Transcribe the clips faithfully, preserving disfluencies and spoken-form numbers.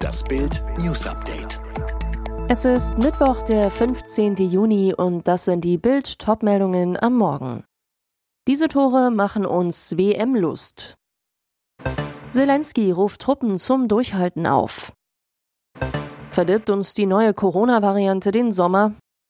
Das Bild News Update. Es ist Mittwoch, der fünfzehnten Juni, und das sind die Bild-Top-Meldungen am Morgen. Diese Tore machen uns W M-Lust. Zelensky ruft Truppen zum Durchhalten auf. Verdirbt uns die neue Corona-Variante den Sommer?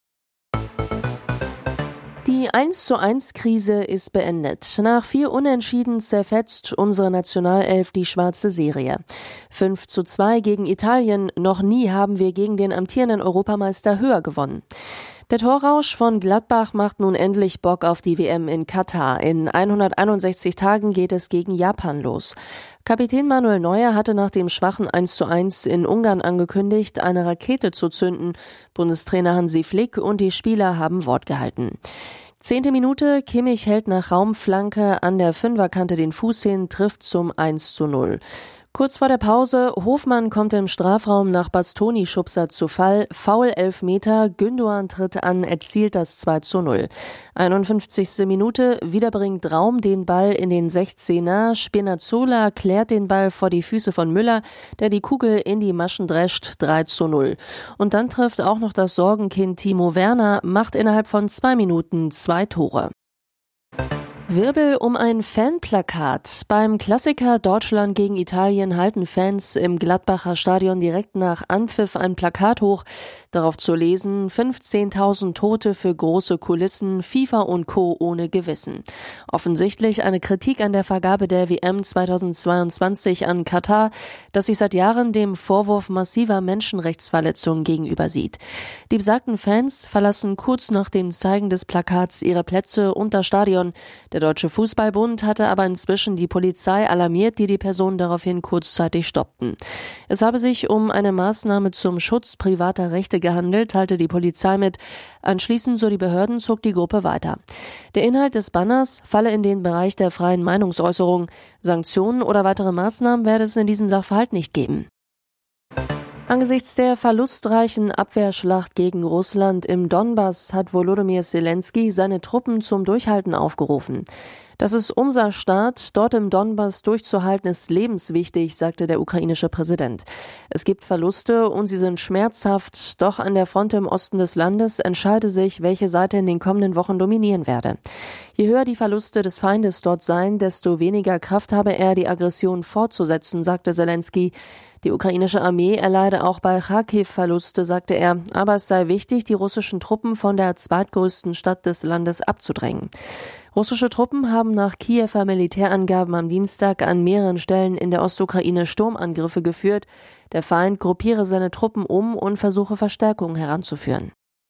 Die eins zu eins Krise ist beendet. Nach vier Unentschieden zerfetzt unsere Nationalelf die schwarze Serie. fünf zu zwei gegen Italien. Noch nie haben wir gegen den amtierenden Europameister höher gewonnen. Der Torrausch von Gladbach macht nun endlich Bock auf die W M in Katar. In hunderteinundsechzig Tagen geht es gegen Japan los. Kapitän Manuel Neuer hatte nach dem schwachen eins zu eins in Ungarn angekündigt, eine Rakete zu zünden. Bundestrainer Hansi Flick und die Spieler haben Wort gehalten. Zehnte Minute, Kimmich hält nach Raumflanke an der Fünferkante den Fuß hin, trifft zum eins zu null. Kurz vor der Pause, Hofmann kommt im Strafraum nach Bastoni-Schubser zu Fall, Foul Elfmeter, Gündoğan tritt an, erzielt das zwei zu null. einundfünfzigste Minute, wieder bringt Raum den Ball in den sechzehner, Spinazzola klärt den Ball vor die Füße von Müller, der die Kugel in die Maschen drescht, drei zu null. Und dann trifft auch noch das Sorgenkind Timo Werner, macht innerhalb von zwei Minuten zwei Tore. Wirbel um ein Fanplakat. Beim Klassiker Deutschland gegen Italien halten Fans im Gladbacher Stadion direkt nach Anpfiff ein Plakat hoch. Darauf zu lesen: fünfzehntausend Tote für große Kulissen, FIFA und Co. ohne Gewissen. Offensichtlich eine Kritik an der Vergabe der W M zweitausendzweiundzwanzig an Katar, das sich seit Jahren dem Vorwurf massiver Menschenrechtsverletzungen gegenüber sieht. Die besagten Fans verlassen kurz nach dem Zeigen des Plakats ihre Plätze und das Stadion. Der Deutsche Fußballbund hatte aber inzwischen die Polizei alarmiert, die die Personen daraufhin kurzzeitig stoppten. Es habe sich um eine Maßnahme zum Schutz privater Rechte gehandelt, teilte die Polizei mit. Anschließend, so die Behörden, zog die Gruppe weiter. Der Inhalt des Banners falle in den Bereich der freien Meinungsäußerung. Sanktionen oder weitere Maßnahmen werde es in diesem Sachverhalt nicht geben. Angesichts der verlustreichen Abwehrschlacht gegen Russland im Donbass hat Volodymyr Zelensky seine Truppen zum Durchhalten aufgerufen. Das ist unser Staat, dort im Donbass durchzuhalten ist lebenswichtig, sagte der ukrainische Präsident. Es gibt Verluste und sie sind schmerzhaft, doch an der Front im Osten des Landes entscheide sich, welche Seite in den kommenden Wochen dominieren werde. Je höher die Verluste des Feindes dort seien, desto weniger Kraft habe er, die Aggression fortzusetzen, sagte Zelensky. Die ukrainische Armee erleide auch bei Charkiw Verluste, sagte er, aber es sei wichtig, die russischen Truppen von der zweitgrößten Stadt des Landes abzudrängen. Russische Truppen haben nach Kiewer Militärangaben am Dienstag an mehreren Stellen in der Ostukraine Sturmangriffe geführt. Der Feind gruppiere seine Truppen um und versuche Verstärkungen heranzuführen.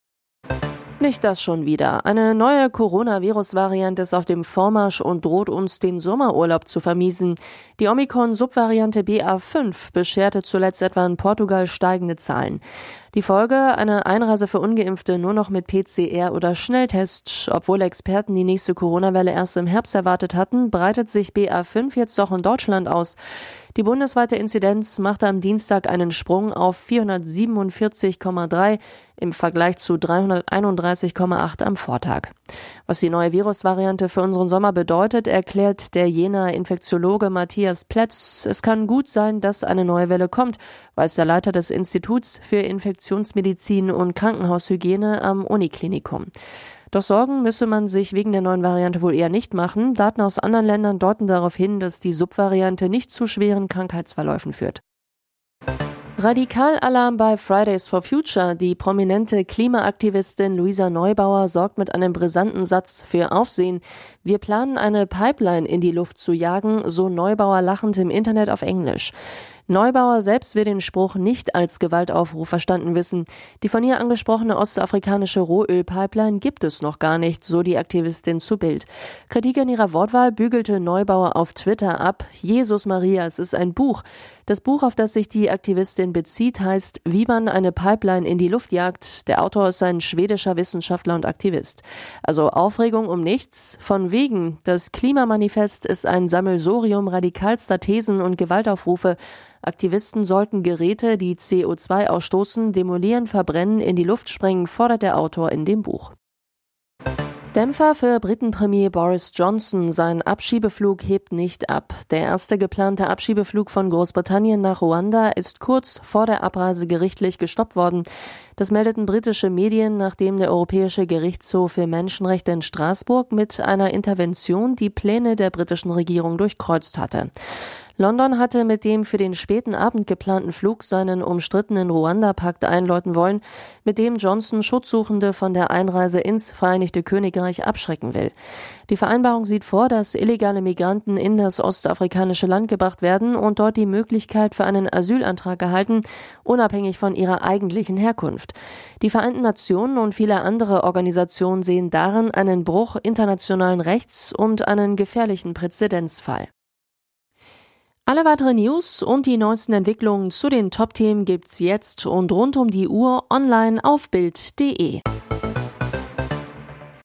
Nicht das schon wieder. Eine neue Coronavirus-Variante ist auf dem Vormarsch und droht uns den Sommerurlaub zu vermiesen. Die Omikron-Subvariante B A fünf bescherte zuletzt etwa in Portugal steigende Zahlen. Die Folge: eine Einreise für Ungeimpfte nur noch mit P C R oder Schnelltest. Obwohl Experten die nächste Corona-Welle erst im Herbst erwartet hatten, breitet sich B A fünf jetzt auch in Deutschland aus. Die bundesweite Inzidenz machte am Dienstag einen Sprung auf vierhundertsiebenundvierzig Komma drei im Vergleich zu dreihunderteinunddreißig Komma acht am Vortag. Was die neue Virusvariante für unseren Sommer bedeutet, erklärt der Jenaer Infektiologe Matthias Plätz. Es kann gut sein, dass eine neue Welle kommt, weiß der Leiter des Instituts für Infektionsmedizin und Krankenhaushygiene am Uniklinikum. Doch Sorgen müsse man sich wegen der neuen Variante wohl eher nicht machen. Daten aus anderen Ländern deuten darauf hin, dass die Subvariante nicht zu schweren Krankheitsverläufen führt. Radikalalarm bei Fridays for Future. Die prominente Klimaaktivistin Luisa Neubauer sorgt mit einem brisanten Satz für Aufsehen. Wir planen, eine Pipeline in die Luft zu jagen, so Neubauer lachend im Internet auf Englisch. Neubauer selbst will den Spruch nicht als Gewaltaufruf verstanden wissen. Die von ihr angesprochene ostafrikanische Rohölpipeline gibt es noch gar nicht, so die Aktivistin zu Bild. Kritik an ihrer Wortwahl bügelte Neubauer auf Twitter ab. Jesus Maria, es ist ein Buch. Das Buch, auf das sich die Aktivistin bezieht, heißt Wie man eine Pipeline in die Luft jagt. Der Autor ist ein schwedischer Wissenschaftler und Aktivist. Also Aufregung um nichts. Von wegen. Das Klimamanifest ist ein Sammelsurium radikalster Thesen und Gewaltaufrufe. Aktivisten sollten Geräte, die C O zwei ausstoßen, demolieren, verbrennen, in die Luft sprengen, fordert der Autor in dem Buch. Dämpfer für Britenpremier Boris Johnson. Sein Abschiebeflug hebt nicht ab. Der erste geplante Abschiebeflug von Großbritannien nach Ruanda ist kurz vor der Abreise gerichtlich gestoppt worden. Das meldeten britische Medien, nachdem der Europäische Gerichtshof für Menschenrechte in Straßburg mit einer Intervention die Pläne der britischen Regierung durchkreuzt hatte. London hatte mit dem für den späten Abend geplanten Flug seinen umstrittenen Ruanda-Pakt einläuten wollen, mit dem Johnson Schutzsuchende von der Einreise ins Vereinigte Königreich abschrecken will. Die Vereinbarung sieht vor, dass illegale Migranten in das ostafrikanische Land gebracht werden und dort die Möglichkeit für einen Asylantrag erhalten, unabhängig von ihrer eigentlichen Herkunft. Die Vereinten Nationen und viele andere Organisationen sehen darin einen Bruch internationalen Rechts und einen gefährlichen Präzedenzfall. Alle weiteren News und die neuesten Entwicklungen zu den Top-Themen gibt's jetzt und rund um die Uhr online auf bild punkt de.